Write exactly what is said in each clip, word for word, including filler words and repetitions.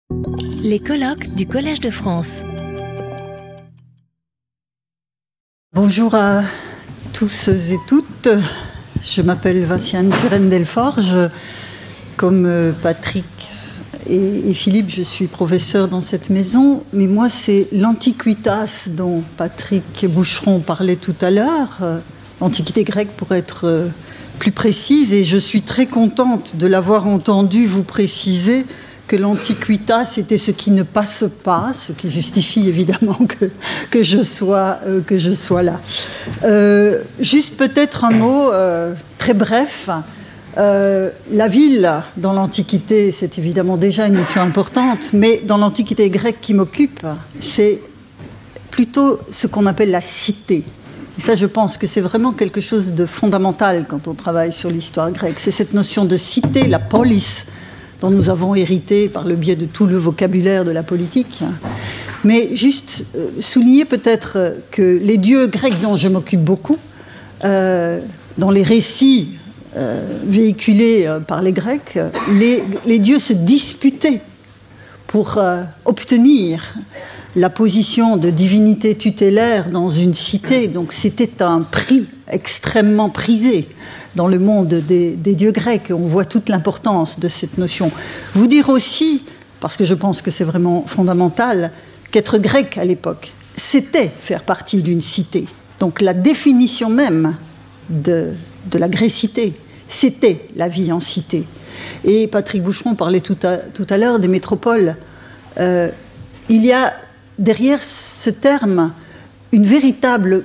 Les colloques du Collège de France. Bonjour à tous et toutes. Je m'appelle Vinciane Pirenne-Delforge. Comme Patrick et, et Philippe, je suis professeur dans cette maison. Mais moi, c'est l'antiquitas dont Patrick Boucheron parlait tout à l'heure. L'Antiquité grecque pour être plus précise. Et je suis très contente de l'avoir entendu vous préciser que l'antiquitas c'était ce qui ne passe pas, ce qui justifie évidemment que, que, je, sois, euh, que je sois là. Euh, juste peut-être un mot euh, très bref. Euh, la ville dans l'Antiquité, c'est évidemment déjà une notion importante, mais dans l'Antiquité grecque qui m'occupe, c'est plutôt ce qu'on appelle la cité. Et ça, je pense que c'est vraiment quelque chose de fondamental quand on travaille sur l'histoire grecque. C'est cette notion de cité, la polis, dont nous avons hérité par le biais de tout le vocabulaire de la politique. Mais juste euh, souligner peut-être que les dieux grecs dont je m'occupe beaucoup, euh, dans les récits euh, véhiculés euh, par les Grecs, les, les dieux se disputaient pour euh, obtenir la position de divinité tutélaire dans une cité. Donc c'était un prix extrêmement prisé dans le monde des, des dieux grecs. On voit toute l'importance de cette notion. Vous dire aussi, parce que je pense que c'est vraiment fondamental, qu'être grec à l'époque, c'était faire partie d'une cité. Donc la définition même de, de la grécité, c'était la vie en cité. Et Patrick Boucheron parlait tout à, tout à l'heure des métropoles. Euh, il y a derrière ce terme une véritable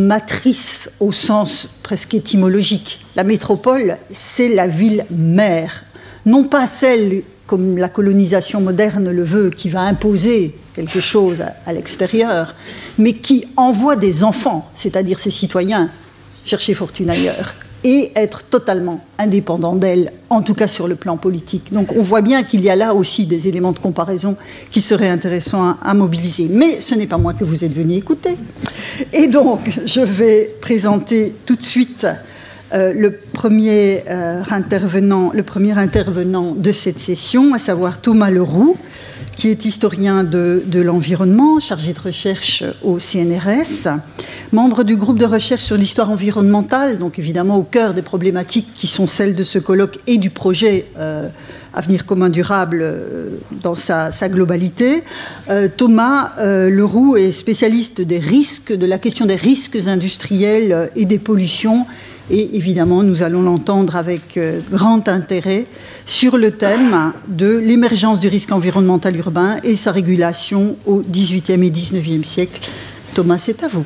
matrice au sens presque étymologique. La métropole, c'est la ville-mère. Non pas celle, comme la colonisation moderne le veut, qui va imposer quelque chose à, à l'extérieur, mais qui envoie des enfants, c'est-à-dire ses citoyens, chercher fortune ailleurs, et être totalement indépendant d'elle, en tout cas sur le plan politique. Donc on voit bien qu'il y a là aussi des éléments de comparaison qui seraient intéressants à, à mobiliser. Mais ce n'est pas moi que vous êtes venu écouter. Et donc, je vais présenter tout de suite euh, le, premier, euh, intervenant, le premier intervenant de cette session, à savoir Thomas Leroux, qui est historien de, de l'environnement, chargé de recherche au C N R S, membre du groupe de recherche sur l'histoire environnementale, donc évidemment au cœur des problématiques qui sont celles de ce colloque et du projet euh, Avenir commun durable euh, dans sa, sa globalité. Euh, Thomas euh, Leroux est spécialiste des risques, de la question des risques industriels et des pollutions. Et évidemment, nous allons l'entendre avec euh, grand intérêt sur le thème de l'émergence du risque environnemental urbain et sa régulation au dix-huitième et dix-neuvième siècle. Thomas, c'est à vous.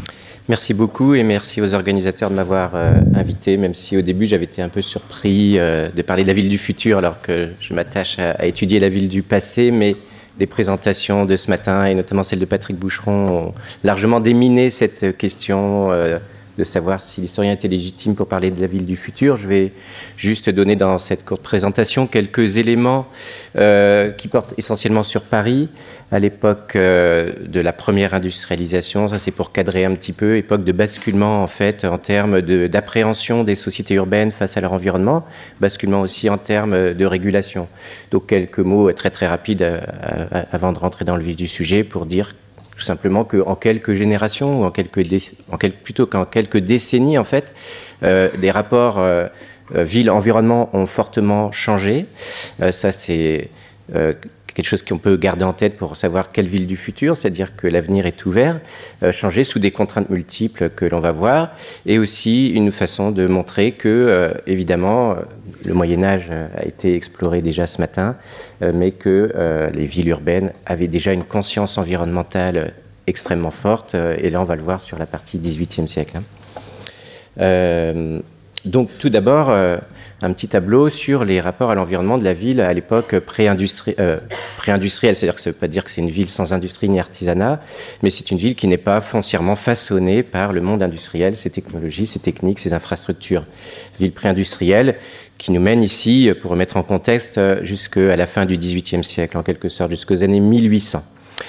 Merci beaucoup et merci aux organisateurs de m'avoir euh, invité, même si au début j'avais été un peu surpris euh, de parler de la ville du futur alors que je m'attache à, à étudier la ville du passé, mais des présentations de ce matin et notamment celle de Patrick Boucheron ont largement déminé cette question euh, de savoir si l'historien était légitime pour parler de la ville du futur. Je vais juste donner dans cette courte présentation quelques éléments euh, qui portent essentiellement sur Paris, à l'époque euh, de la première industrialisation. Ça, c'est pour cadrer un petit peu, époque de basculement, en fait, en termes de, d'appréhension des sociétés urbaines face à leur environnement, basculement aussi en termes de régulation. Donc, quelques mots très, très rapides euh, avant de rentrer dans le vif du sujet pour dire tout simplement qu'en quelques générations, ou en quelques dé- en quel- plutôt qu'en quelques décennies, en fait, euh, les rapports euh, euh, ville-environnement ont fortement changé. Euh, ça, c'est euh, quelque chose qu'on peut garder en tête pour savoir quelle ville du futur, c'est-à-dire que l'avenir est ouvert, euh, changer sous des contraintes multiples que l'on va voir, et aussi une façon de montrer que, euh, évidemment, le Moyen-Âge a été exploré déjà ce matin, euh, mais que euh, les villes urbaines avaient déjà une conscience environnementale extrêmement forte, euh, et là on va le voir sur la partie dix-huitième siècle. Hein. Euh, donc tout d'abord, euh, un petit tableau sur les rapports à l'environnement de la ville à l'époque pré-industrie, euh, pré-industrielle, c'est-à-dire que ça ne veut pas dire que c'est une ville sans industrie ni artisanat, mais c'est une ville qui n'est pas foncièrement façonnée par le monde industriel, ses technologies, ses techniques, ses infrastructures. Ville pré-industrielle qui nous mène ici, pour remettre en contexte, jusqu'à la fin du dix-huitième siècle, en quelque sorte, jusqu'aux années mille huit cents.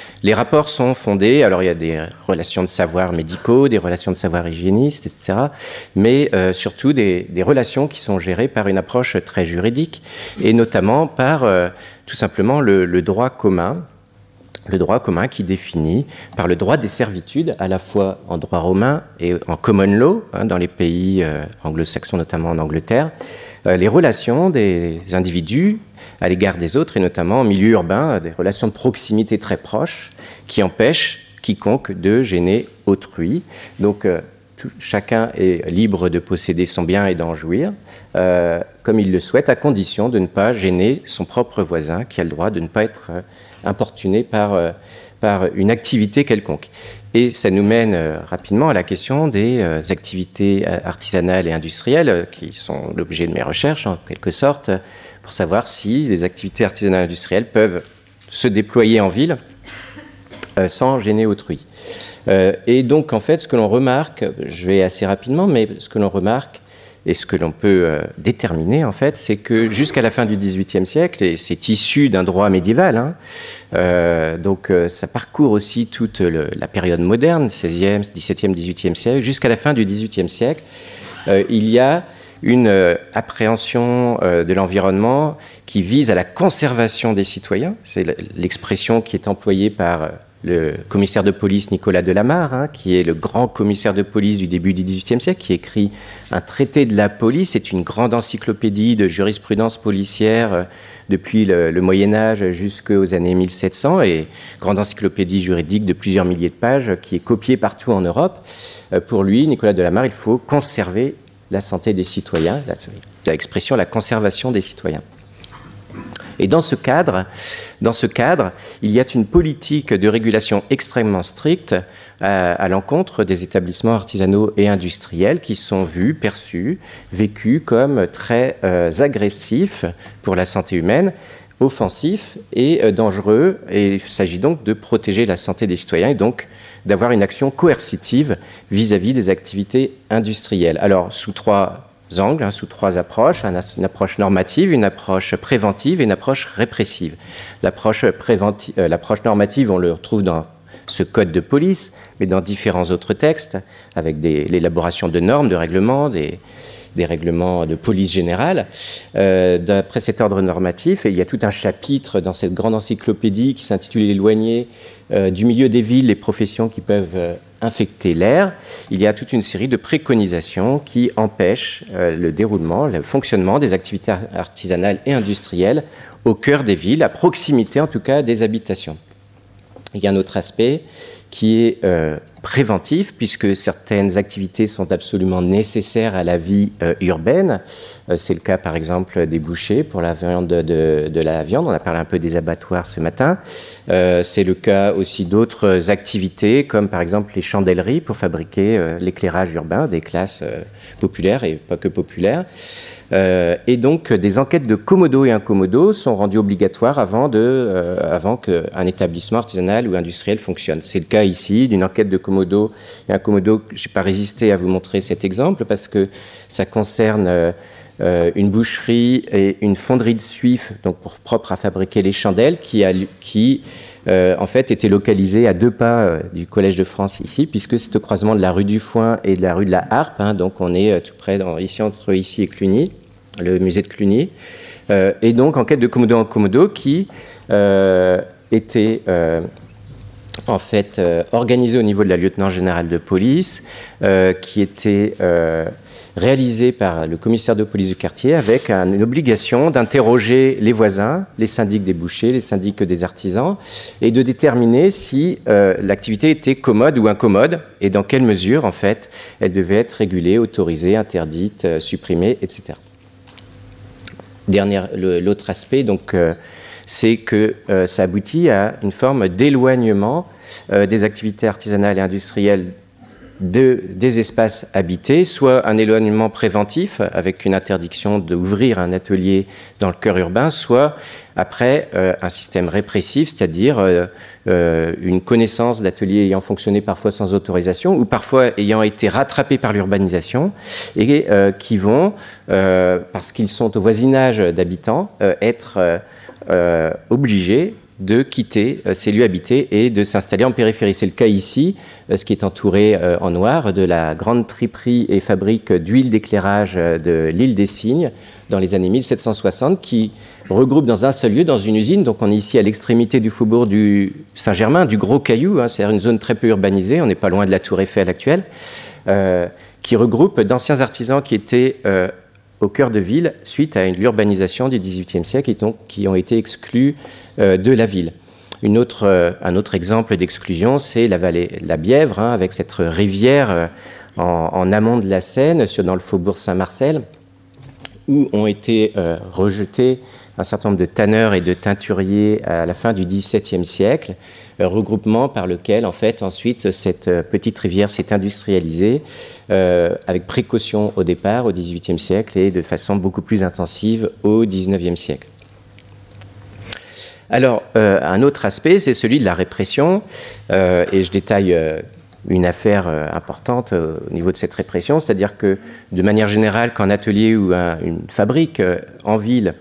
Les rapports sont fondés, alors il y a des relations de savoir médicaux, des relations de savoir hygiénistes, et cetera, mais euh, surtout des, des relations qui sont gérées par une approche très juridique, et notamment par euh, tout simplement le, le droit commun, le droit commun qui définit par le droit des servitudes, à la fois en droit romain et en common law, hein, dans les pays euh, anglo-saxons, notamment en Angleterre, euh, les relations des individus à l'égard des autres, et notamment en milieu urbain, des relations de proximité très proches qui empêchent quiconque de gêner autrui. Donc euh, tout, chacun est libre de posséder son bien et d'en jouir euh, comme il le souhaite, à condition de ne pas gêner son propre voisin, qui a le droit de ne pas être euh, importuné par, euh, par une activité quelconque. Et ça nous mène euh, rapidement à la question des euh, activités artisanales et industrielles, euh, qui sont l'objet de mes recherches, en quelque sorte, pour savoir si les activités artisanales et industrielles peuvent se déployer en ville euh, sans gêner autrui. Euh, et donc, en fait, ce que l'on remarque, je vais assez rapidement, mais ce que l'on remarque, et ce que l'on peut euh, déterminer, en fait, c'est que jusqu'à la fin du dix-huitième siècle, et c'est issu d'un droit médiéval, hein, euh, donc euh, ça parcourt aussi toute le, la période moderne, seizième, dix-septième, dix-huitième siècle, jusqu'à la fin du dix-huitième siècle, euh, il y a une euh, appréhension euh, de l'environnement qui vise à la conservation des citoyens. C'est l'expression qui est employée par euh, le commissaire de police Nicolas de Lamare, hein, qui est le grand commissaire de police du début du dix-huitième siècle, qui écrit un traité de la police. C'est une grande encyclopédie de jurisprudence policière euh, depuis le, le Moyen-Âge jusqu'aux années mille sept cents, et grande encyclopédie juridique de plusieurs milliers de pages qui est copiée partout en Europe. Euh, pour lui, Nicolas de Lamare, il faut conserver la santé des citoyens, l'expression la conservation des citoyens. Et dans ce cadre, dans ce cadre, il y a une politique de régulation extrêmement stricte à, à l'encontre des établissements artisanaux et industriels qui sont vus, perçus, vécus comme très euh, agressifs pour la santé humaine, offensifs et euh, dangereux. Et il s'agit donc de protéger la santé des citoyens et donc d'avoir une action coercitive vis-à-vis des activités industrielles. Alors, sous trois angles, hein, sous trois approches, une approche normative, une approche préventive et une approche répressive. L'approche préventive, euh, l'approche normative, on le retrouve dans ce code de police, mais dans différents autres textes, avec des, l'élaboration de normes, de règlements, des, des règlements de police générale. Euh, d'après cet ordre normatif, et il y a tout un chapitre dans cette grande encyclopédie qui s'intitule « Éloigné euh, du milieu des villes, les professions qui peuvent euh, infecter l'air », il y a toute une série de préconisations qui empêchent euh, le déroulement, le fonctionnement des activités artisanales et industrielles au cœur des villes, à proximité en tout cas des habitations. Il y a un autre aspect qui est euh, préventif, puisque certaines activités sont absolument nécessaires à la vie euh, urbaine. Euh, c'est le cas, par exemple, des bouchers pour la viande de, de, de la viande. On a parlé un peu des abattoirs ce matin. Euh, c'est le cas aussi d'autres activités, comme par exemple les chandelles pour fabriquer euh, l'éclairage urbain des classes euh, populaires et pas que populaires. Euh, et donc, des enquêtes de commodo et incommodo sont rendues obligatoires avant, de, euh, avant qu'un établissement artisanal ou industriel fonctionne. C'est le cas ici d'une enquête de commodo et incommodo. Je n'ai pas résisté à vous montrer cet exemple parce que ça concerne euh, euh, une boucherie et une fonderie de suif, donc pour, propre à fabriquer les chandelles, qui, a, qui euh, en fait était localisée à deux pas euh, du Collège de France ici, puisque c'est au croisement de la rue du Foin et de la rue de la Harpe, hein, donc on est euh, tout près, dans, ici entre ici et Cluny, le musée de Cluny, euh, et donc enquête de commodo en commodo qui euh, était euh, en fait euh, organisée au niveau de la lieutenant générale de police, euh, qui était euh, réalisée par le commissaire de police du quartier avec un, une obligation d'interroger les voisins, les syndics des bouchers, les syndics des artisans, et de déterminer si euh, l'activité était commode ou incommode, et dans quelle mesure en fait elle devait être régulée, autorisée, interdite, euh, supprimée, et cetera. Dernier, le, l'autre aspect, donc, euh, c'est que euh, ça aboutit à une forme d'éloignement euh, des activités artisanales et industrielles de, des espaces habités, soit un éloignement préventif avec une interdiction d'ouvrir un atelier dans le cœur urbain, soit après euh, un système répressif, c'est-à-dire euh, euh, une connaissance d'ateliers ayant fonctionné parfois sans autorisation ou parfois ayant été rattrapés par l'urbanisation et euh, qui vont, euh, parce qu'ils sont au voisinage d'habitants, euh, être euh, euh, obligés de quitter euh, ces lieux habités et de s'installer en périphérie. C'est le cas ici, euh, ce qui est entouré euh, en noir de la grande triperie et fabrique d'huile d'éclairage de l'île des Cygnes dans les années mille sept cent soixante, qui regroupe dans un seul lieu, dans une usine. Donc on est ici à l'extrémité du faubourg du Saint-Germain, du Gros Caillou, hein, c'est-à-dire une zone très peu urbanisée, on n'est pas loin de la Tour Eiffel actuelle, euh, qui regroupe d'anciens artisans qui étaient euh, au cœur de ville suite à l'urbanisation du dix-huitième siècle et donc qui ont été exclus euh, de la ville. Une autre, euh, un autre exemple d'exclusion, c'est la vallée de la Bièvre, hein, avec cette rivière euh, en, en amont de la Seine, sur, dans le faubourg Saint-Marcel, où ont été euh, rejetés un certain nombre de tanneurs et de teinturiers à la fin du dix-septième siècle, euh, regroupement par lequel, en fait, ensuite, cette euh, petite rivière s'est industrialisée euh, avec précaution au départ, au dix-huitième siècle, et de façon beaucoup plus intensive au dix-neuvième siècle. Alors, euh, un autre aspect, c'est celui de la répression, euh, et je détaille euh, une affaire euh, importante euh, au niveau de cette répression, c'est-à-dire que, de manière générale, quand un atelier ou un, une fabrique euh, en ville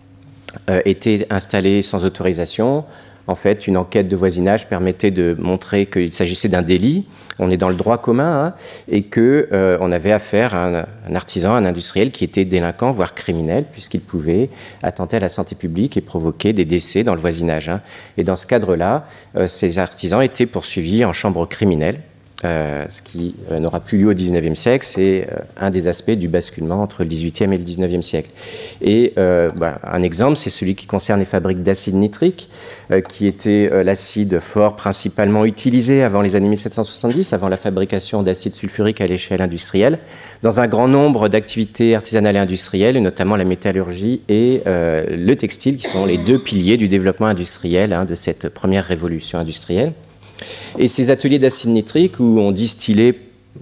euh, était installée sans autorisation, en fait, une enquête de voisinage permettait de montrer qu'il s'agissait d'un délit. On est dans le droit commun, hein, et que euh, on avait affaire à un, un artisan, un industriel qui était délinquant, voire criminel, puisqu'il pouvait attenter à la santé publique et provoquer des décès dans le voisinage, hein. Et dans ce cadre-là, euh, ces artisans étaient poursuivis en chambre criminelle. Euh, ce qui euh, n'aura plus lieu au dix-neuvième siècle, c'est euh, un des aspects du basculement entre le dix-huitième et le dix-neuvième siècle. Et euh, bah, un exemple, c'est celui qui concerne les fabriques d'acide nitrique, euh, qui était euh, l'acide fort principalement utilisé avant les années mille sept cent soixante-dix, avant la fabrication d'acide sulfurique à l'échelle industrielle, dans un grand nombre d'activités artisanales et industrielles, et notamment la métallurgie et euh, le textile, qui sont les deux piliers du développement industriel, hein, de cette première révolution industrielle. Et ces ateliers d'acide nitrique où on distillait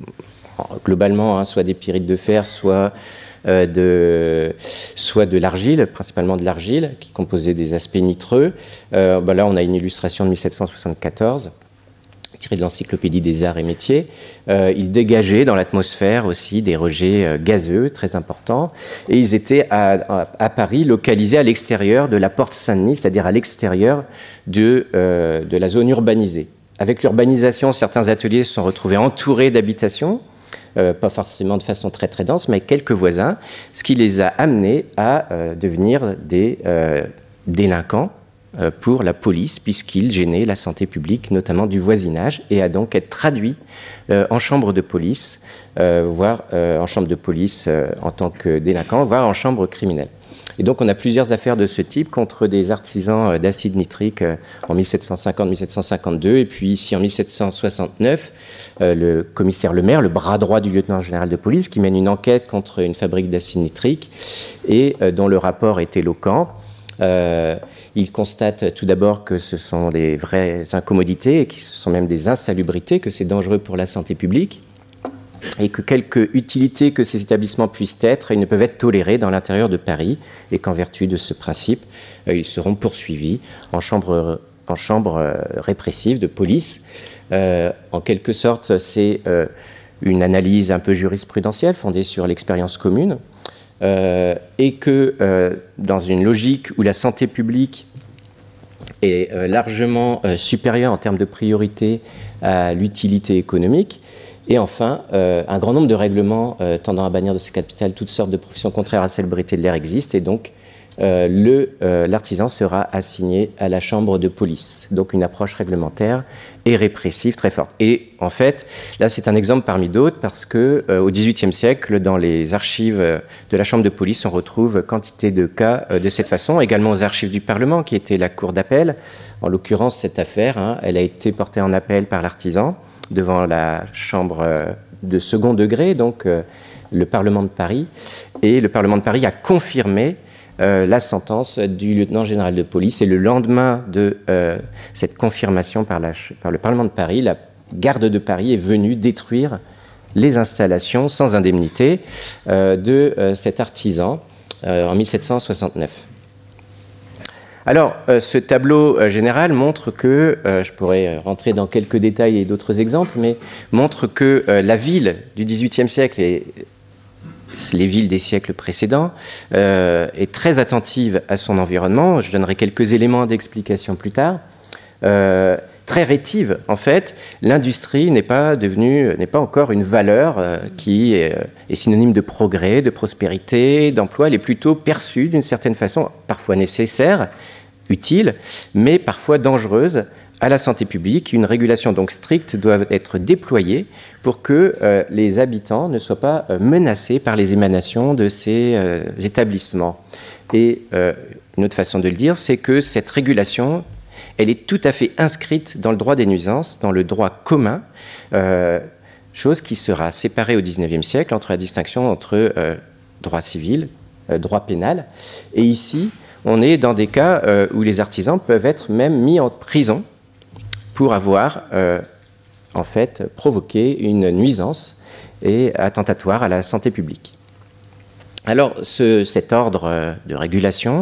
globalement hein, soit des pyrites de fer, soit, euh, de, soit de l'argile, principalement de l'argile, qui composait des aspects nitreux. Euh, ben là, on a une illustration de mille sept cent soixante-quatorze, tirée de l'Encyclopédie des arts et métiers. Euh, ils dégageaient dans l'atmosphère aussi des rejets euh, gazeux très importants. Et ils étaient à, à, à Paris, localisés à l'extérieur de la porte Saint-Denis, c'est-à-dire à, à l'extérieur de, euh, de la zone urbanisée. Avec l'urbanisation, certains ateliers se sont retrouvés entourés d'habitations, euh, pas forcément de façon très très dense, mais avec quelques voisins, ce qui les a amenés à euh, devenir des euh, délinquants euh, pour la police, puisqu'ils gênaient la santé publique, notamment du voisinage, et à donc être traduits euh, en chambre de police, euh, voire euh, en chambre de police euh, en tant que délinquants, voire en chambre criminelle. Et donc, on a plusieurs affaires de ce type contre des artisans d'acide nitrique en mille sept cent cinquante mille sept cent cinquante-deux. Et puis ici, en mille sept cent soixante-neuf, euh, le commissaire Lemaire, le bras droit du lieutenant général de police, qui mène une enquête contre une fabrique d'acide nitrique et euh, dont le rapport est éloquent. Euh, il constate tout d'abord que ce sont des vraies incommodités et que ce sont même des insalubrités, que c'est dangereux pour la santé publique, et que quelque utilité que ces établissements puissent être, ils ne peuvent être tolérés dans l'intérieur de Paris, et qu'en vertu de ce principe, euh, ils seront poursuivis en chambre, en chambre euh, répressive de police. Euh, en quelque sorte, c'est euh, une analyse un peu jurisprudentielle fondée sur l'expérience commune, euh, et que euh, dans une logique où la santé publique est euh, largement euh, supérieure en termes de priorité à l'utilité économique. Et enfin, euh, un grand nombre de règlements euh, tendant à bannir de ce capital toutes sortes de professions contraires à la salubrité de l'air existent, et donc euh, le, euh, l'artisan sera assigné à la chambre de police. Donc une approche réglementaire et répressive très forte. Et en fait, là c'est un exemple parmi d'autres, parce que euh, au dix-huitième siècle, dans les archives de la chambre de police, on retrouve quantité de cas euh, de cette façon, également aux archives du Parlement, qui était la cour d'appel. En l'occurrence, cette affaire, hein, elle a été portée en appel par l'artisan devant la chambre de second degré, donc euh, le Parlement de Paris. Et le Parlement de Paris a confirmé euh, la sentence du lieutenant général de police. Et le lendemain de euh, cette confirmation par, la, par le Parlement de Paris, la garde de Paris est venue détruire les installations sans indemnité euh, de euh, cet artisan euh, en mille sept cent soixante-neuf. Alors, euh, ce tableau euh, général montre que, euh, je pourrais rentrer dans quelques détails et d'autres exemples, mais montre que euh, la ville du dix-huitième siècle est les villes des siècles précédents, euh, est très attentive à son environnement. Je donnerai quelques éléments d'explication plus tard. Euh, très rétive, en fait, l'industrie n'est pas devenue, n'est pas encore une valeur euh, qui est, euh, est synonyme de progrès, de prospérité, d'emploi. Elle est plutôt perçue d'une certaine façon, parfois nécessaire, utile, mais parfois dangereuse à la santé publique. Une régulation donc stricte doit être déployée pour que euh, les habitants ne soient pas euh, menacés par les émanations de ces euh, établissements. Et euh, une autre façon de le dire, c'est que cette régulation, elle est tout à fait inscrite dans le droit des nuisances, dans le droit commun, euh, chose qui sera séparée au dix-neuvième siècle entre la distinction entre euh, droit civil, euh, droit pénal. Et ici, on est dans des cas euh, où les artisans peuvent être même mis en prison pour avoir euh, en fait provoqué une nuisance et attentatoire à la santé publique. Alors, ce, cet ordre de régulation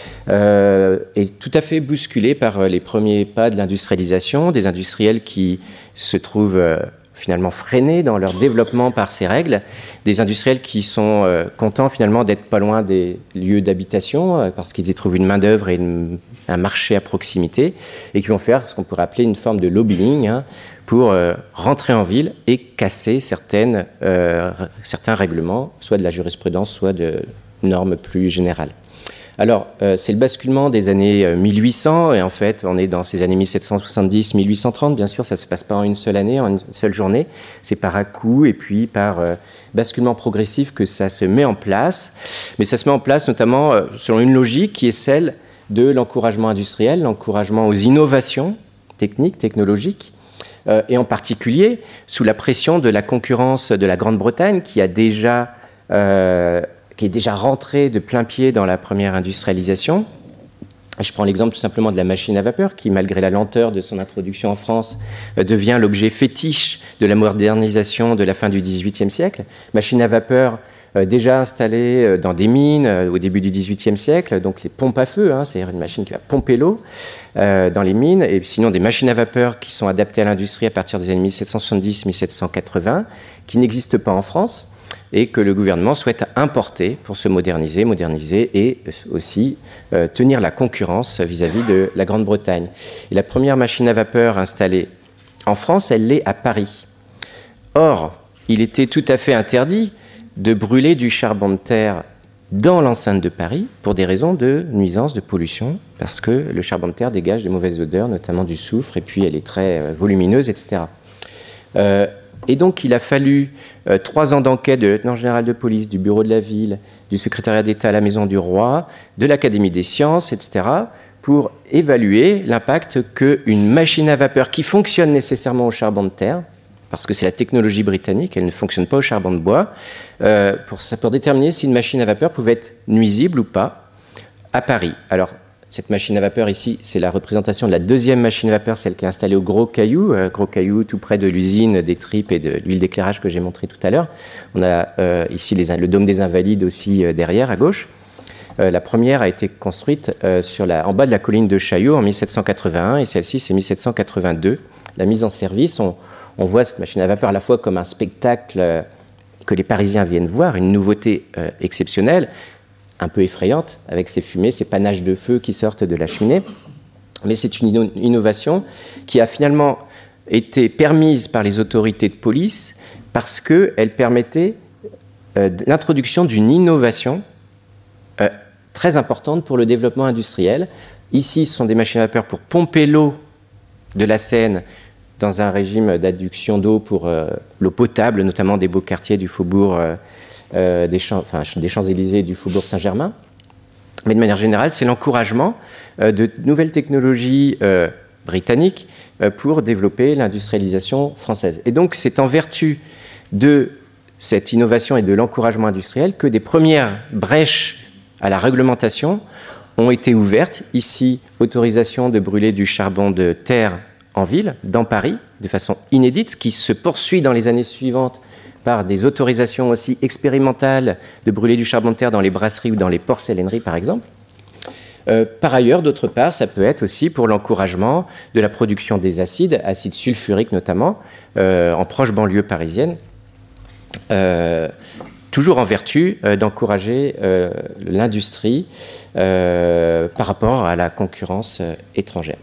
euh, est tout à fait bousculé par les premiers pas de l'industrialisation, des industriels qui se trouvent euh, finalement freinés dans leur développement par ces règles, des industriels qui sont euh, contents finalement d'être pas loin des lieux d'habitation euh, parce qu'ils y trouvent une main-d'œuvre et une, un marché à proximité, et qui vont faire ce qu'on pourrait appeler une forme de lobbying hein, pour euh, rentrer en ville et casser certaines, euh, certains règlements, soit de la jurisprudence, soit de normes plus générales. Alors, euh, c'est le basculement des années euh, mille huit cents, et en fait, on est dans ces années mille sept cent soixante-dix mille huit cent trente, bien sûr, ça ne se passe pas en une seule année, en une seule journée, c'est par à-coups et puis par euh, basculement progressif que ça se met en place, mais ça se met en place notamment euh, selon une logique qui est celle de l'encouragement industriel, l'encouragement aux innovations techniques, technologiques, euh, et en particulier sous la pression de la concurrence de la Grande-Bretagne qui a déjà... Euh, qui est déjà rentré de plein pied dans la première industrialisation. Je prends l'exemple tout simplement de la machine à vapeur qui, malgré la lenteur de son introduction en France, euh, devient l'objet fétiche de la modernisation de la fin du dix-huitième siècle. Machine à vapeur euh, déjà installée euh, dans des mines euh, au début du dix-huitième siècle, donc les pompes à feu, hein, c'est-à-dire une machine qui va pomper l'eau euh, dans les mines, et sinon des machines à vapeur qui sont adaptées à l'industrie à partir des années mille sept cent soixante-dix mille sept cent quatre-vingts, qui n'existent pas en France, et que le gouvernement souhaite importer pour se moderniser, moderniser et aussi euh, tenir la concurrence vis-à-vis de la Grande-Bretagne. Et la première machine à vapeur installée en France, elle l'est à Paris. Or, il était tout à fait interdit de brûler du charbon de terre dans l'enceinte de Paris pour des raisons de nuisance, de pollution, parce que le charbon de terre dégage des mauvaises odeurs, notamment du soufre, et puis elle est très euh, volumineuse, et cetera. Euh, Et donc, il a fallu euh, trois ans d'enquête de lieutenant général de police, du bureau de la ville, du secrétariat d'État à la Maison du Roi, de l'Académie des sciences, et cetera, pour évaluer l'impact qu'une machine à vapeur qui fonctionne nécessairement au charbon de terre, parce que c'est la technologie britannique, elle ne fonctionne pas au charbon de bois, euh, pour, pour déterminer si une machine à vapeur pouvait être nuisible ou pas à Paris. Alors, cette machine à vapeur ici, c'est la représentation de la deuxième machine à vapeur, celle qui est installée au Gros Caillou, euh, Gros Caillou tout près de l'usine des tripes et de l'huile d'éclairage que j'ai montré tout à l'heure. On a euh, ici les, le dôme des Invalides aussi euh, derrière, à gauche. Euh, la première a été construite euh, sur la, en bas de la colline de Chaillot en mille sept cent quatre-vingt-un et celle-ci c'est mille sept cent quatre-vingt-deux. La mise en service, on, on voit cette machine à vapeur à la fois comme un spectacle euh, que les Parisiens viennent voir, une nouveauté euh, exceptionnelle, un peu effrayante, avec ces fumées, ces panaches de feu qui sortent de la cheminée. Mais c'est une inno- innovation qui a finalement été permise par les autorités de police parce qu'elle permettait euh, l'introduction d'une innovation euh, très importante pour le développement industriel. Ici, ce sont des machines à vapeur pour pomper l'eau de la Seine dans un régime d'adduction d'eau pour euh, l'eau potable, notamment des beaux quartiers du faubourg euh, Euh, des, Champs, enfin, des Champs-Élysées et du Faubourg Saint-Germain. Mais de manière générale, c'est l'encouragement euh, de nouvelles technologies euh, britanniques euh, pour développer l'industrialisation française. Et donc, c'est en vertu de cette innovation et de l'encouragement industriel que des premières brèches à la réglementation ont été ouvertes. Ici, autorisation de brûler du charbon de terre en ville, dans Paris, de façon inédite, qui se poursuit dans les années suivantes par des autorisations aussi expérimentales de brûler du charbon de terre dans les brasseries ou dans les porcelaineries, par exemple. Euh, par ailleurs, d'autre part, ça peut être aussi pour l'encouragement de la production des acides, acides sulfuriques notamment, euh, en proche banlieue parisienne. Euh, toujours en vertu euh, d'encourager euh, l'industrie euh, par rapport à la concurrence euh, étrangère.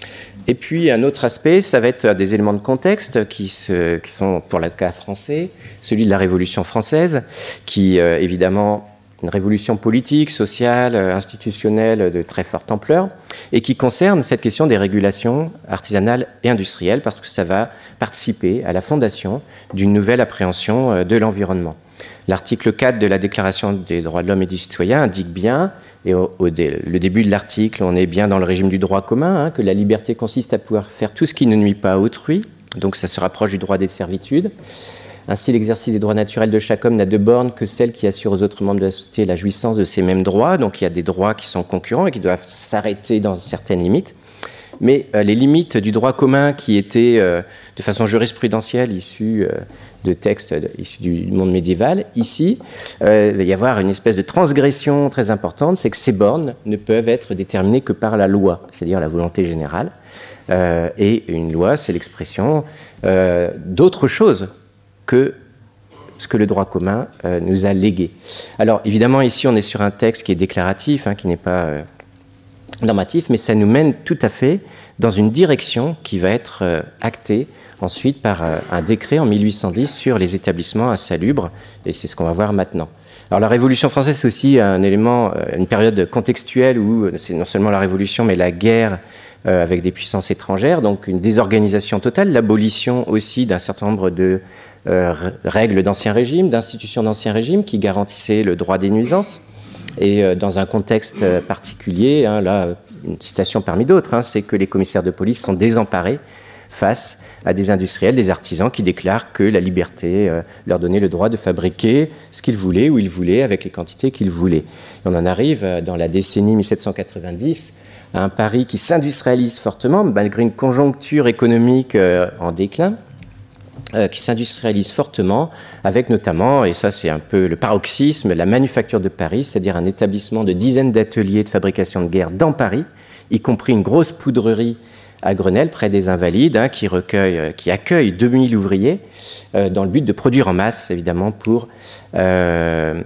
Et puis un autre aspect, ça va être des éléments de contexte qui, se, qui sont pour le cas français, celui de la Révolution française, qui euh, évidemment une révolution politique, sociale, institutionnelle de très forte ampleur, et qui concerne cette question des régulations artisanales et industrielles, parce que ça va participer à la fondation d'une nouvelle appréhension de l'environnement. L'article quatre de la Déclaration des droits de l'homme et du citoyen indique bien, et au, au dé, le début de l'article, on est bien dans le régime du droit commun, hein, que la liberté consiste à pouvoir faire tout ce qui ne nuit pas à autrui, donc ça se rapproche du droit des servitudes. Ainsi, l'exercice des droits naturels de chaque homme n'a de borne que celle qui assure aux autres membres de la société la jouissance de ces mêmes droits. Donc il y a des droits qui sont concurrents et qui doivent s'arrêter dans certaines limites. Mais euh, les limites du droit commun qui étaient euh, de façon jurisprudentielle issues euh, de textes euh, issus du monde médiéval, ici, euh, il va y avoir une espèce de transgression très importante, c'est que ces bornes ne peuvent être déterminées que par la loi, c'est-à-dire la volonté générale. Euh, et une loi, c'est l'expression euh, d'autre chose que ce que le droit commun euh, nous a légué. Alors, évidemment, ici, on est sur un texte qui est déclaratif, hein, qui n'est pas euh, normatif, mais ça nous mène tout à fait dans une direction qui va être euh, actée ensuite par euh, un décret en mille huit cent dix sur les établissements insalubres, et c'est ce qu'on va voir maintenant. Alors, la Révolution française, c'est aussi un élément, euh, une période contextuelle où c'est non seulement la Révolution, mais la guerre euh, avec des puissances étrangères, donc une désorganisation totale, l'abolition aussi d'un certain nombre de Euh, règles d'Ancien Régime, d'institutions d'Ancien Régime qui garantissaient le droit des nuisances. Et euh, dans un contexte euh, particulier, hein, là, une citation parmi d'autres, hein, c'est que les commissaires de police sont désemparés face à des industriels, des artisans qui déclarent que la liberté euh, leur donnait le droit de fabriquer ce qu'ils voulaient, où ils voulaient, avec les quantités qu'ils voulaient. Et on en arrive euh, dans la décennie mille sept cent quatre-vingt-dix à un Paris qui s'industrialise fortement, malgré une conjoncture économique euh, en déclin, Euh, qui s'industrialise fortement, avec notamment, et ça c'est un peu le paroxysme, la Manufacture de Paris, c'est-à-dire un établissement de dizaines d'ateliers de fabrication de guerre dans Paris, y compris une grosse poudrerie à Grenelle, près des Invalides, hein, qui, recueille, euh, qui accueille deux mille ouvriers, euh, dans le but de produire en masse, évidemment, pour euh,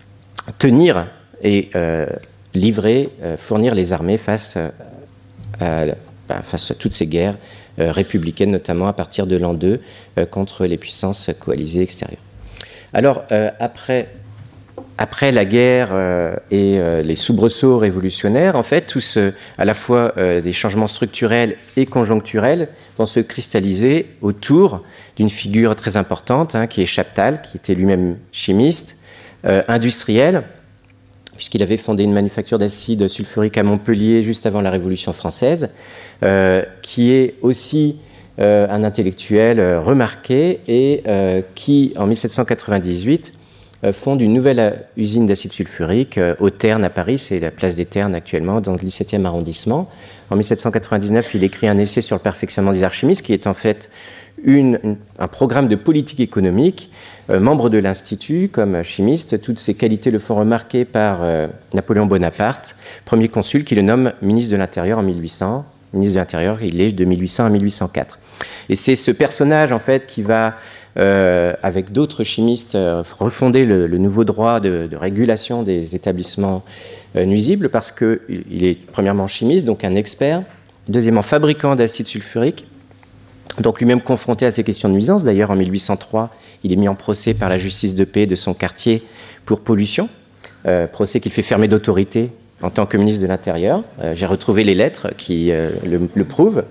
tenir et euh, livrer, euh, fournir les armées face, euh, à, bah, face à toutes ces guerres Euh, républicaine, notamment à partir de l'an deux, euh, contre les puissances coalisées extérieures. Alors, euh, après, après la guerre euh, et euh, les soubresauts révolutionnaires, en fait, tous, euh, à la fois euh, des changements structurels et conjoncturels, vont se cristalliser autour d'une figure très importante, hein, qui est Chaptal, qui était lui-même chimiste, euh, industriel, puisqu'il avait fondé une manufacture d'acide sulfurique à Montpellier juste avant la Révolution française, euh, qui est aussi euh, un intellectuel euh, remarqué et euh, qui, en mille sept cent quatre-vingt-dix-huit, euh, fonde une nouvelle euh, usine d'acide sulfurique euh, au Ternes à Paris, c'est la place des Ternes actuellement, dans le dix-septième arrondissement. En mille sept cent quatre-vingt-dix-neuf, il écrit un essai sur le perfectionnement des archimistes, qui est en fait Une, une, un programme de politique économique, euh, membre de l'Institut comme chimiste. Toutes ses qualités le font remarquer par euh, Napoléon Bonaparte, premier consul qui le nomme ministre de l'Intérieur en mille huit cents. Ministre de l'Intérieur, il est de mille huit cents à mille huit cent quatre. Et c'est ce personnage, en fait, qui va, euh, avec d'autres chimistes, euh, refonder le, le nouveau droit de, de régulation des établissements euh, nuisibles, parce qu'il est premièrement chimiste, donc un expert, deuxièmement fabricant d'acide sulfurique, donc lui-même confronté à ces questions de nuisance. D'ailleurs, en mille huit cent trois, il est mis en procès par la justice de paix de son quartier pour pollution, euh, procès qu'il fait fermer d'autorité en tant que ministre de l'Intérieur. Euh, j'ai retrouvé les lettres qui euh, le, le prouvent.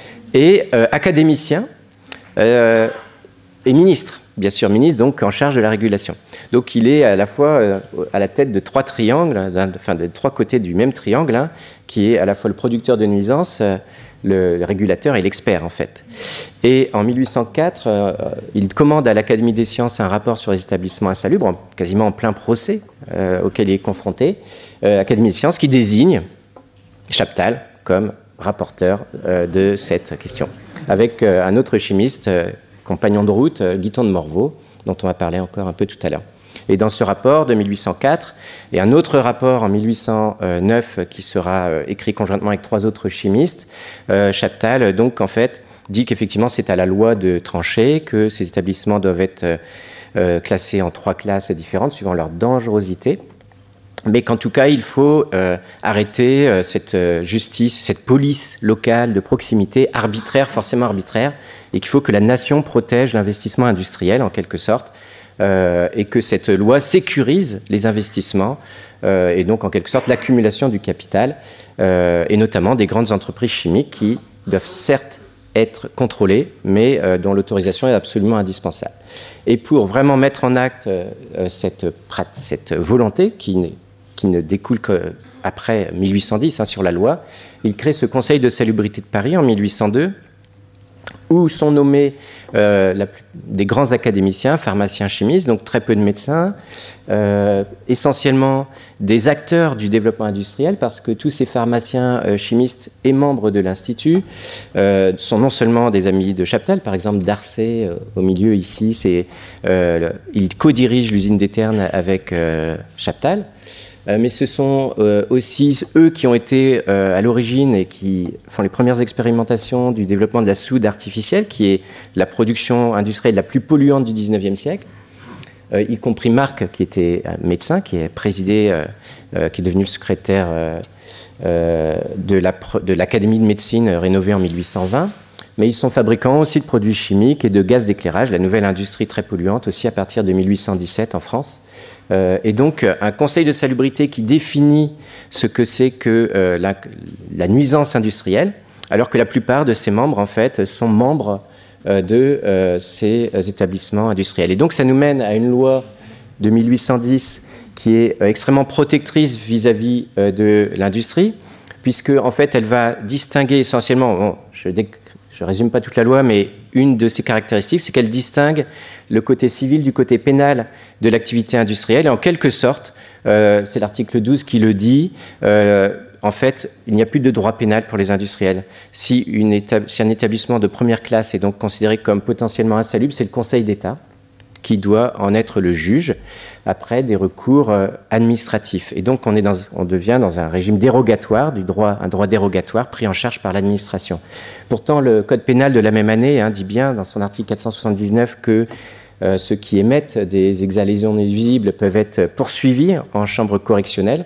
Et euh, académicien euh, et ministre, bien sûr, ministre donc en charge de la régulation. Donc il est à la fois euh, à la tête de trois triangles, enfin de trois côtés du même triangle, hein, qui est à la fois le producteur de nuisances, euh, le, le régulateur et l'expert, en fait. Et en mille huit cent quatre, euh, il commande à l'Académie des sciences un rapport sur les établissements insalubres, quasiment en plein procès euh, auquel il est confronté, euh, Académie des sciences qui désigne Chaptal comme rapporteur euh, de cette question, avec euh, un autre chimiste, euh, compagnon de route, euh, Guiton de Morveau, dont on va parler encore un peu tout à l'heure. Et dans ce rapport de mille huit cent quatre, et un autre rapport en mille huit cent neuf qui sera euh, écrit conjointement avec trois autres chimistes, euh, Chaptal, donc, en fait, dit qu'effectivement, c'est à la loi de trancher, que ces établissements doivent être euh, classés en trois classes différentes suivant leur dangerosité. Mais qu'en tout cas, il faut euh, arrêter euh, cette euh, justice, cette police locale de proximité arbitraire, forcément arbitraire, et qu'il faut que la nation protège l'investissement industriel, en quelque sorte, euh, et que cette loi sécurise les investissements, euh, et donc en quelque sorte l'accumulation du capital, euh, et notamment des grandes entreprises chimiques qui doivent certes être contrôlées, mais euh, dont l'autorisation est absolument indispensable. Et pour vraiment mettre en acte euh, cette, cette volonté qui n'est qui ne découle qu'après mille huit cent dix, hein, sur la loi, il crée ce Conseil de salubrité de Paris en mille huit cent deux, où sont nommés euh, la, des grands académiciens, pharmaciens, chimistes, donc très peu de médecins, euh, essentiellement des acteurs du développement industriel, parce que tous ces pharmaciens euh, chimistes et membres de l'Institut euh, sont non seulement des amis de Chaptal, par exemple Darcet, euh, au milieu ici, c'est, euh, il co-dirige l'usine d'Éterne avec euh, Chaptal, mais ce sont euh, aussi eux qui ont été euh, à l'origine et qui font les premières expérimentations du développement de la soude artificielle, qui est la production industrielle la plus polluante du dix-neuvième siècle, euh, y compris Marc, qui était un médecin, qui est présidé, euh, euh, qui est devenu le secrétaire euh, euh, de, la, de l'Académie de médecine rénovée en mille huit cent vingt. Mais ils sont fabricants aussi de produits chimiques et de gaz d'éclairage, la nouvelle industrie très polluante aussi à partir de mille huit cent dix-sept en France. Euh, et donc un conseil de salubrité qui définit ce que c'est que euh, la, la nuisance industrielle, alors que la plupart de ses membres en fait sont membres euh, de euh, ces établissements industriels. Et donc ça nous mène à une loi de mille huit cent dix qui est euh, extrêmement protectrice vis-à-vis euh, de l'industrie, puisque en fait elle va distinguer essentiellement, bon, je déc- Je ne résume pas toute la loi, mais une de ses caractéristiques, c'est qu'elle distingue le côté civil du côté pénal de l'activité industrielle. Et en quelque sorte, euh, c'est l'article douze qui le dit, euh, en fait, il n'y a plus de droit pénal pour les industriels. Si, une étab- si un établissement de première classe est donc considéré comme potentiellement insalubre, c'est le Conseil d'État qui doit en être le juge après des recours euh, administratifs. Et donc on, est dans, on devient dans un régime dérogatoire, du droit, un droit dérogatoire pris en charge par l'administration. Pourtant, le Code pénal de la même année hein, dit bien dans son article quatre cent soixante-dix-neuf que euh, ceux qui émettent des exhalaisons nuisibles peuvent être poursuivis en chambre correctionnelle.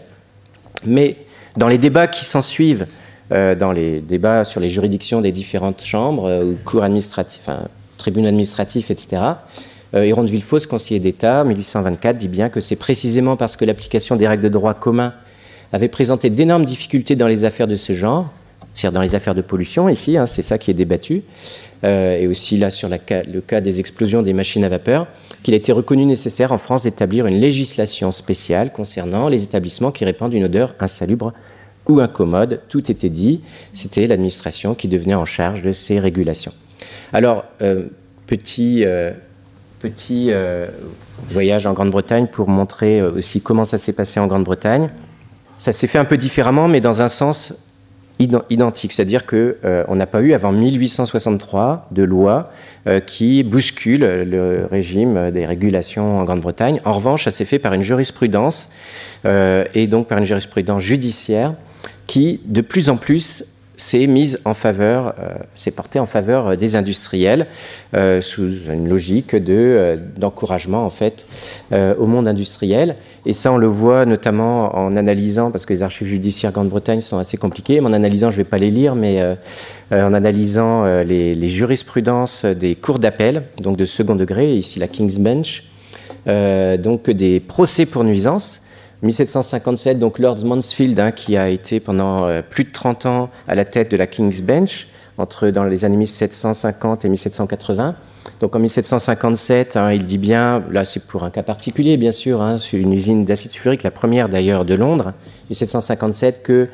Mais dans les débats qui s'ensuivent, euh, dans les débats sur les juridictions des différentes chambres, euh, ou cours administratifs, enfin, tribunaux administratifs, et cetera, Euh, Héron de Villefausse, conseiller d'État, mille huit cent vingt-quatre, dit bien que c'est précisément parce que l'application des règles de droit commun avait présenté d'énormes difficultés dans les affaires de ce genre, c'est-à-dire dans les affaires de pollution, ici, hein, c'est ça qui est débattu, euh, et aussi là sur la, le cas des explosions des machines à vapeur, qu'il a été reconnu nécessaire en France d'établir une législation spéciale concernant les établissements qui répandent une odeur insalubre ou incommode. Tout était dit, c'était l'administration qui devenait en charge de ces régulations. Alors, euh, petit... Euh, Petit euh, voyage en Grande-Bretagne pour montrer aussi comment ça s'est passé en Grande-Bretagne. Ça s'est fait un peu différemment, mais dans un sens ident- identique. C'est-à-dire qu'on euh, n'a pas eu, avant mille huit cent soixante-trois, de loi euh, qui bouscule le régime des régulations en Grande-Bretagne. En revanche, ça s'est fait par une jurisprudence, euh, et donc par une jurisprudence judiciaire, qui, de plus en plus, s'est mise en faveur, euh, s'est portée en faveur des industriels euh, sous une logique de, euh, d'encouragement en fait euh, au monde industriel. Et ça, on le voit notamment en analysant, parce que les archives judiciaires Grande-Bretagne sont assez compliquées, mais en analysant, je ne vais pas les lire, mais euh, euh, en analysant euh, les, les jurisprudences des cours d'appel, donc de second degré, ici la King's Bench, euh, donc des procès pour nuisance. mille sept cent cinquante-sept, donc Lord Mansfield, hein, qui a été pendant euh, plus de trente ans à la tête de la King's Bench, entre, dans les années mille sept cent cinquante et mille sept cent quatre-vingts. Donc en mille sept cent cinquante-sept, hein, il dit bien, là c'est pour un cas particulier bien sûr, hein, c'est une usine d'acide sulfurique, la première d'ailleurs de Londres, mille sept cent cinquante-sept, que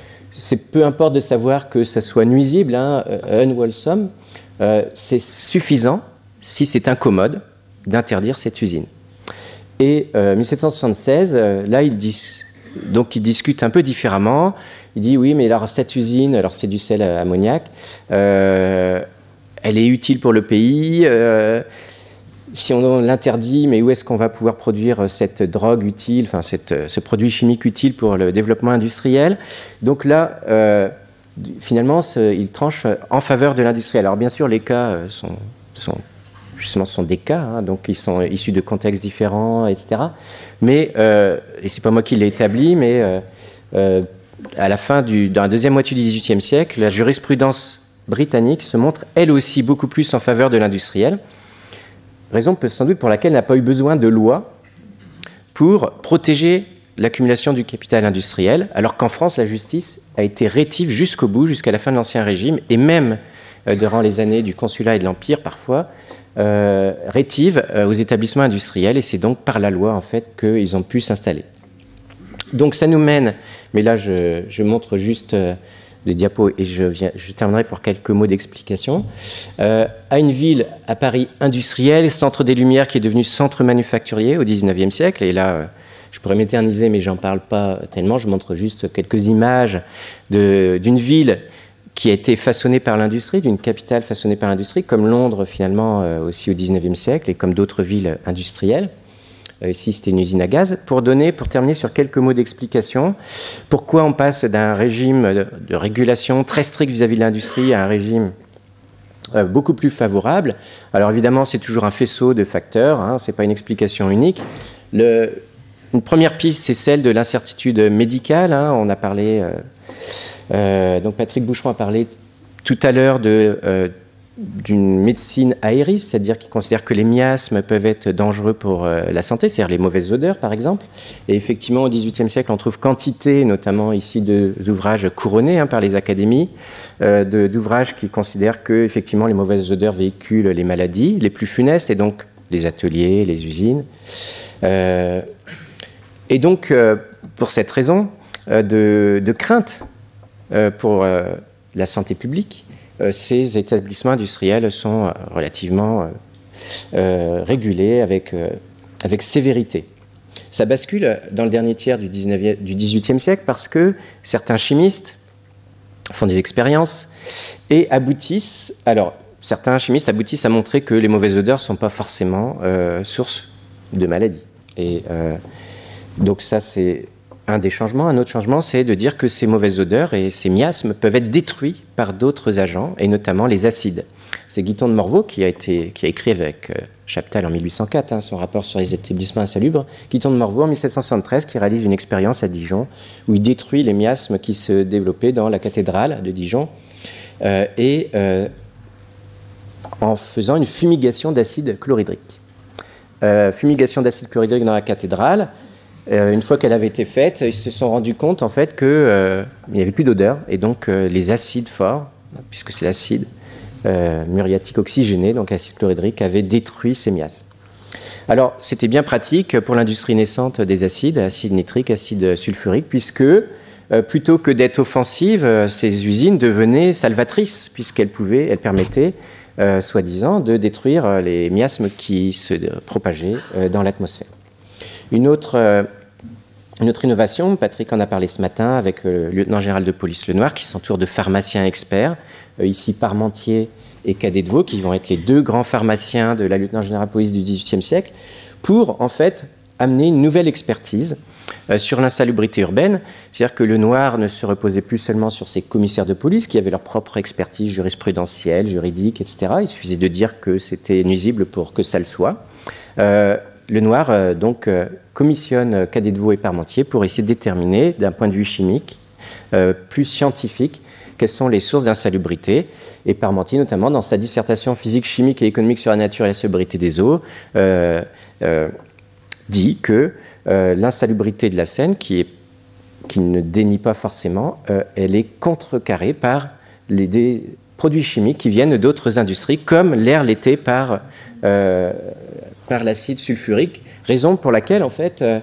c'est peu importe de savoir que ça soit nuisible, hein, euh, unwholesome, euh, c'est suffisant, si c'est incommode, d'interdire cette usine. Et euh, mille sept cent soixante-seize, euh, là, il, dis, donc, il discute un peu différemment. Il dit, oui, mais alors cette usine, alors c'est du sel à ammoniac, euh, elle est utile pour le pays. Euh, si on l'interdit, mais où est-ce qu'on va pouvoir produire cette drogue utile, enfin cette, ce produit chimique utile pour le développement industriel? Donc là, euh, finalement, ce, il tranche en faveur de l'industriel. Alors bien sûr, les cas sont... sont justement, ce sont des cas, hein, donc ils sont issus de contextes différents, et cetera. Mais, euh, et c'est pas moi qui l'ai établi, mais euh, euh, à la fin du, dans la deuxième moitié du dix-huitième siècle, la jurisprudence britannique se montre elle aussi beaucoup plus en faveur de l'industriel, raison sans doute pour laquelle elle n'a pas eu besoin de loi pour protéger l'accumulation du capital industriel, alors qu'en France, la justice a été rétive jusqu'au bout, jusqu'à la fin de l'Ancien Régime, et même euh, durant les années du Consulat et de l'Empire, parfois, euh, rétive euh, aux établissements industriels, et c'est donc par la loi, en fait, qu'ils ont pu s'installer. Donc ça nous mène, mais là je, je montre juste euh, les diapos et je, viens, je terminerai pour quelques mots d'explication, euh, à une ville à Paris industrielle, centre des Lumières qui est devenu centre manufacturier au dix-neuvième siècle, et là... Euh, je pourrais m'éterniser, mais j'en parle pas tellement. Je montre juste quelques images de, d'une ville qui a été façonnée par l'industrie, d'une capitale façonnée par l'industrie, comme Londres finalement euh, aussi au dixneuvième siècle, et comme d'autres villes industrielles. Euh, ici, c'était une usine à gaz. Pour donner, pour terminer sur quelques mots d'explication, pourquoi on passe d'un régime de, de régulation très strict vis-à-vis de l'industrie à un régime euh, beaucoup plus favorable. Alors évidemment, c'est toujours un faisceau de facteurs, hein, c'est pas une explication unique. Le Une première piste, c'est celle de l'incertitude médicale. Hein. On a parlé, euh, euh, donc Patrick Boucheron a parlé tout à l'heure de, euh, d'une médecine aériste, c'est-à-dire qu'il considère que les miasmes peuvent être dangereux pour euh, la santé, c'est-à-dire les mauvaises odeurs, par exemple. Et effectivement, au dix-huitième siècle, on trouve quantité, notamment ici, d'ouvrages couronnés hein, par les académies, euh, de, d'ouvrages qui considèrent que, effectivement, les mauvaises odeurs véhiculent les maladies les plus funestes, et donc les ateliers, les usines. Euh, Et donc, euh, pour cette raison euh, de, de crainte euh, pour euh, la santé publique, euh, ces établissements industriels sont euh, relativement euh, euh, régulés avec, euh, avec sévérité. Ça bascule dans le dernier tiers du, dix-neuvième, du dix-huitième siècle parce que certains chimistes font des expériences et aboutissent... Alors, certains chimistes aboutissent à montrer que les mauvaises odeurs ne sont pas forcément euh, source de maladies. Et... Euh, Donc ça, c'est un des changements. Un autre changement, c'est de dire que ces mauvaises odeurs et ces miasmes peuvent être détruits par d'autres agents, et notamment les acides. C'est Guiton de Morveau qui a, été, qui a écrit avec euh, Chaptal en mille huit cent quatre hein, son rapport sur les établissements insalubres. Guiton de Morveau, en mille sept cent soixante-treize, qui réalise une expérience à Dijon, où il détruit les miasmes qui se développaient dans la cathédrale de Dijon, euh, et euh, en faisant une fumigation d'acide chlorhydrique. Euh, fumigation d'acide chlorhydrique dans la cathédrale. Euh, une fois qu'elle avait été faite, ils se sont rendus compte en fait qu'il euh, n'y avait plus d'odeur, et donc euh, les acides forts, puisque c'est l'acide euh, muriatique oxygéné, donc acide chlorhydrique, avaient détruit ces miasmes. Alors c'était bien pratique pour l'industrie naissante des acides, acide nitrique, acide sulfurique, puisque euh, plutôt que d'être offensives, euh, ces usines devenaient salvatrices, puisqu'elles pouvaient, elles permettaient, euh, soi-disant, de détruire euh, les miasmes qui se euh, propageaient euh, dans l'atmosphère. Une autre, euh, une autre innovation, Patrick en a parlé ce matin avec euh, le lieutenant général de police Lenoir qui s'entoure de pharmaciens experts, euh, ici Parmentier et Cadet de Vaux, qui vont être les deux grands pharmaciens de la lieutenant général de police du dix-huitième siècle, pour en fait amener une nouvelle expertise euh, sur l'insalubrité urbaine. C'est-à-dire que Lenoir ne se reposait plus seulement sur ses commissaires de police qui avaient leur propre expertise jurisprudentielle, juridique, et cetera. Il suffisait de dire que c'était nuisible pour que ça le soit. Euh, Lenoir euh, donc euh, commissionne Cadet de Vaux et Parmentier pour essayer de déterminer, d'un point de vue chimique, euh, plus scientifique, quelles sont les sources d'insalubrité. Et Parmentier, notamment, dans sa dissertation physique, chimique et économique sur la nature et la salubrité des eaux, euh, euh, dit que euh, l'insalubrité de la Seine, qui, est, qui ne dénie pas forcément, euh, elle est contrecarrée par les des produits chimiques qui viennent d'autres industries, comme l'air l'était par... Euh, par l'acide sulfurique, raison pour laquelle, en fait, euh,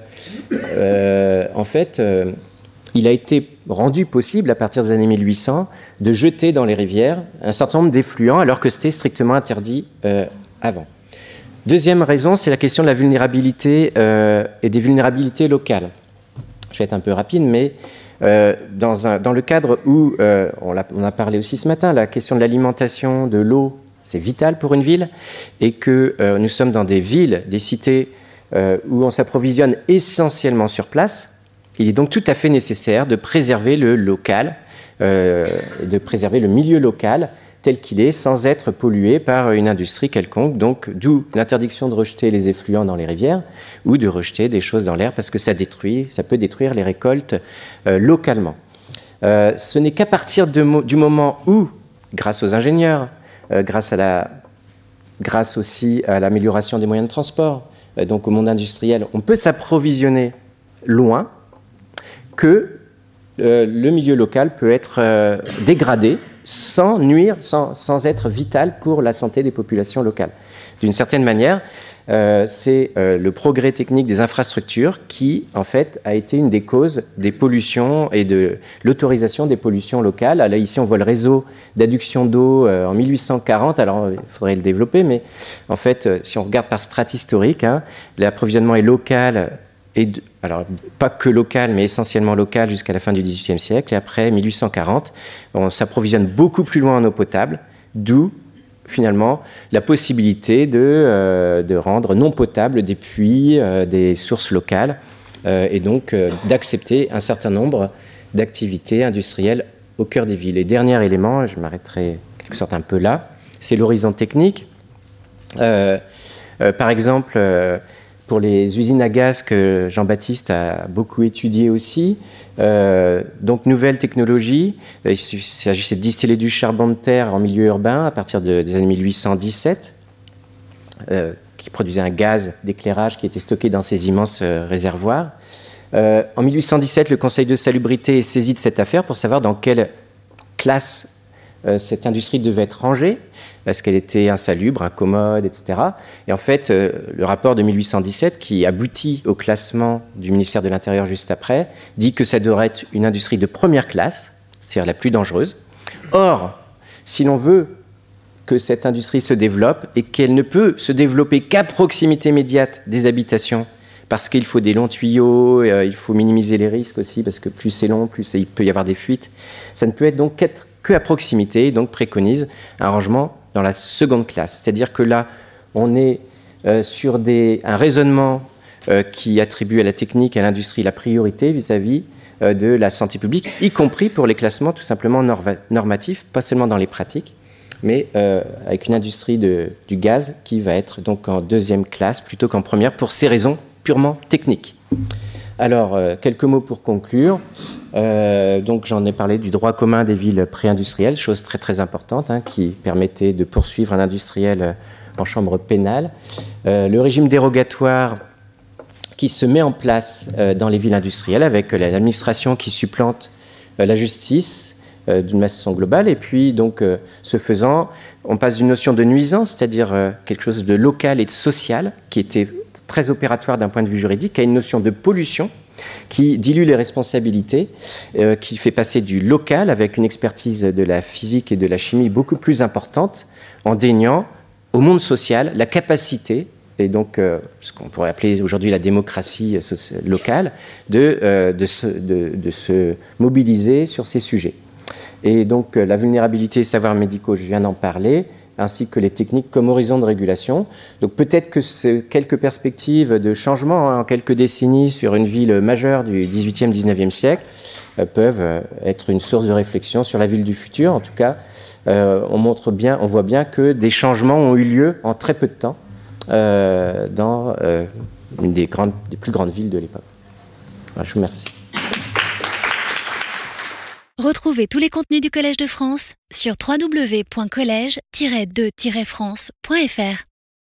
euh, en fait euh, il a été rendu possible, à partir des années mille huit cents, de jeter dans les rivières un certain nombre d'effluents, alors que c'était strictement interdit euh, avant. Deuxième raison, c'est la question de la vulnérabilité euh, et des vulnérabilités locales. Je vais être un peu rapide, mais euh, dans, un, dans le cadre où, euh, on, l'a, on a parlé aussi ce matin, la question de l'alimentation, de l'eau, c'est vital pour une ville, et que euh, nous sommes dans des villes, des cités euh, où on s'approvisionne essentiellement sur place. Il est donc tout à fait nécessaire de préserver le local, euh, de préserver le milieu local tel qu'il est, sans être pollué par une industrie quelconque. Donc, d'où l'interdiction de rejeter les effluents dans les rivières ou de rejeter des choses dans l'air parce que ça détruit, ça peut détruire les récoltes euh, localement. Euh, ce n'est qu'à partir de mo- du moment où, grâce aux ingénieurs, euh, grâce à la, grâce aussi à l'amélioration des moyens de transport, euh, donc au monde industriel, on peut s'approvisionner loin, que euh, le milieu local peut être euh, dégradé sans nuire, sans, sans être vital pour la santé des populations locales. D'une certaine manière, euh, c'est euh, le progrès technique des infrastructures qui, en fait, a été une des causes des pollutions et de l'autorisation des pollutions locales. Là, ici, on voit le réseau d'adduction d'eau euh, en mille huit cent quarante. Alors, il faudrait le développer, mais en fait, euh, si on regarde par strate historique, hein, l'approvisionnement est local. Et de, alors, pas que local, mais essentiellement local jusqu'à la fin du dix-huitième siècle. Et après, mille huit cent quarante, on s'approvisionne beaucoup plus loin en eau potable, d'où, finalement, la possibilité de, euh, de rendre non potable des puits, euh, des sources locales, euh, et donc euh, d'accepter un certain nombre d'activités industrielles au cœur des villes. Et dernier élément, je m'arrêterai en quelque sorte un peu là, c'est l'horizon technique. Euh, euh, par exemple... Euh, Pour les usines à gaz que Jean-Baptiste a beaucoup étudiées aussi, euh, donc nouvelles technologies, il s'agissait de distiller du charbon de terre en milieu urbain à partir de, des années mille huit cent dix-sept, euh, qui produisait un gaz d'éclairage qui était stocké dans ces immenses euh, réservoirs. Euh, en mille huit cent dix-sept, le Conseil de salubrité est saisi de cette affaire pour savoir dans quelle classe euh, cette industrie devait être rangée, parce qu'elle était insalubre, incommode, et cetera. Et en fait, euh, le rapport de mille huit cent dix-sept, qui aboutit au classement du ministère de l'Intérieur juste après, dit que ça devrait être une industrie de première classe, c'est-à-dire la plus dangereuse. Or, si l'on veut que cette industrie se développe et qu'elle ne peut se développer qu'à proximité immédiate des habitations, parce qu'il faut des longs tuyaux, euh, il faut minimiser les risques aussi, parce que plus c'est long, plus il peut y avoir des fuites, ça ne peut être donc qu'être qu'à proximité, donc préconise un rangement dans la seconde classe. C'est-à-dire que là, on est euh, sur des, un raisonnement euh, qui attribue à la technique et à l'industrie la priorité vis-à-vis euh, de la santé publique, y compris pour les classements tout simplement norva- normatifs, pas seulement dans les pratiques, mais euh, avec une industrie de, du gaz qui va être donc en deuxième classe plutôt qu'en première pour ces raisons purement techniques. Alors, euh, quelques mots pour conclure. Euh, donc, j'en ai parlé du droit commun des villes pré-industrielles, chose très très importante, hein, qui permettait de poursuivre un industriel en chambre pénale. Euh, le régime dérogatoire qui se met en place euh, dans les villes industrielles avec euh, l'administration qui supplante euh, la justice euh, d'une façon globale. Et puis, donc, euh, ce faisant, on passe d'une notion de nuisance, c'est-à-dire euh, quelque chose de local et de social, qui était très opératoire d'un point de vue juridique, à une notion de pollution qui dilue les responsabilités, euh, qui fait passer du local avec une expertise de la physique et de la chimie beaucoup plus importante, en déniant au monde social la capacité, et donc euh, ce qu'on pourrait appeler aujourd'hui la démocratie euh, locale, de, euh, de, se, de, de se mobiliser sur ces sujets. Et donc euh, la vulnérabilité et savoirs médicaux, je viens d'en parler, ainsi que les techniques comme horizon de régulation. Donc peut-être que ces quelques perspectives de changement hein, en quelques décennies sur une ville majeure du dix-huitième dix-neuvième siècle euh, peuvent euh, être une source de réflexion sur la ville du futur. En tout cas, euh, on montre bien, on voit bien que des changements ont eu lieu en très peu de temps euh, dans euh, une des, grandes, des plus grandes villes de l'époque. Voilà, je vous remercie. Retrouvez tous les contenus du Collège de France sur w w w point collège tiret de tiret france point f r.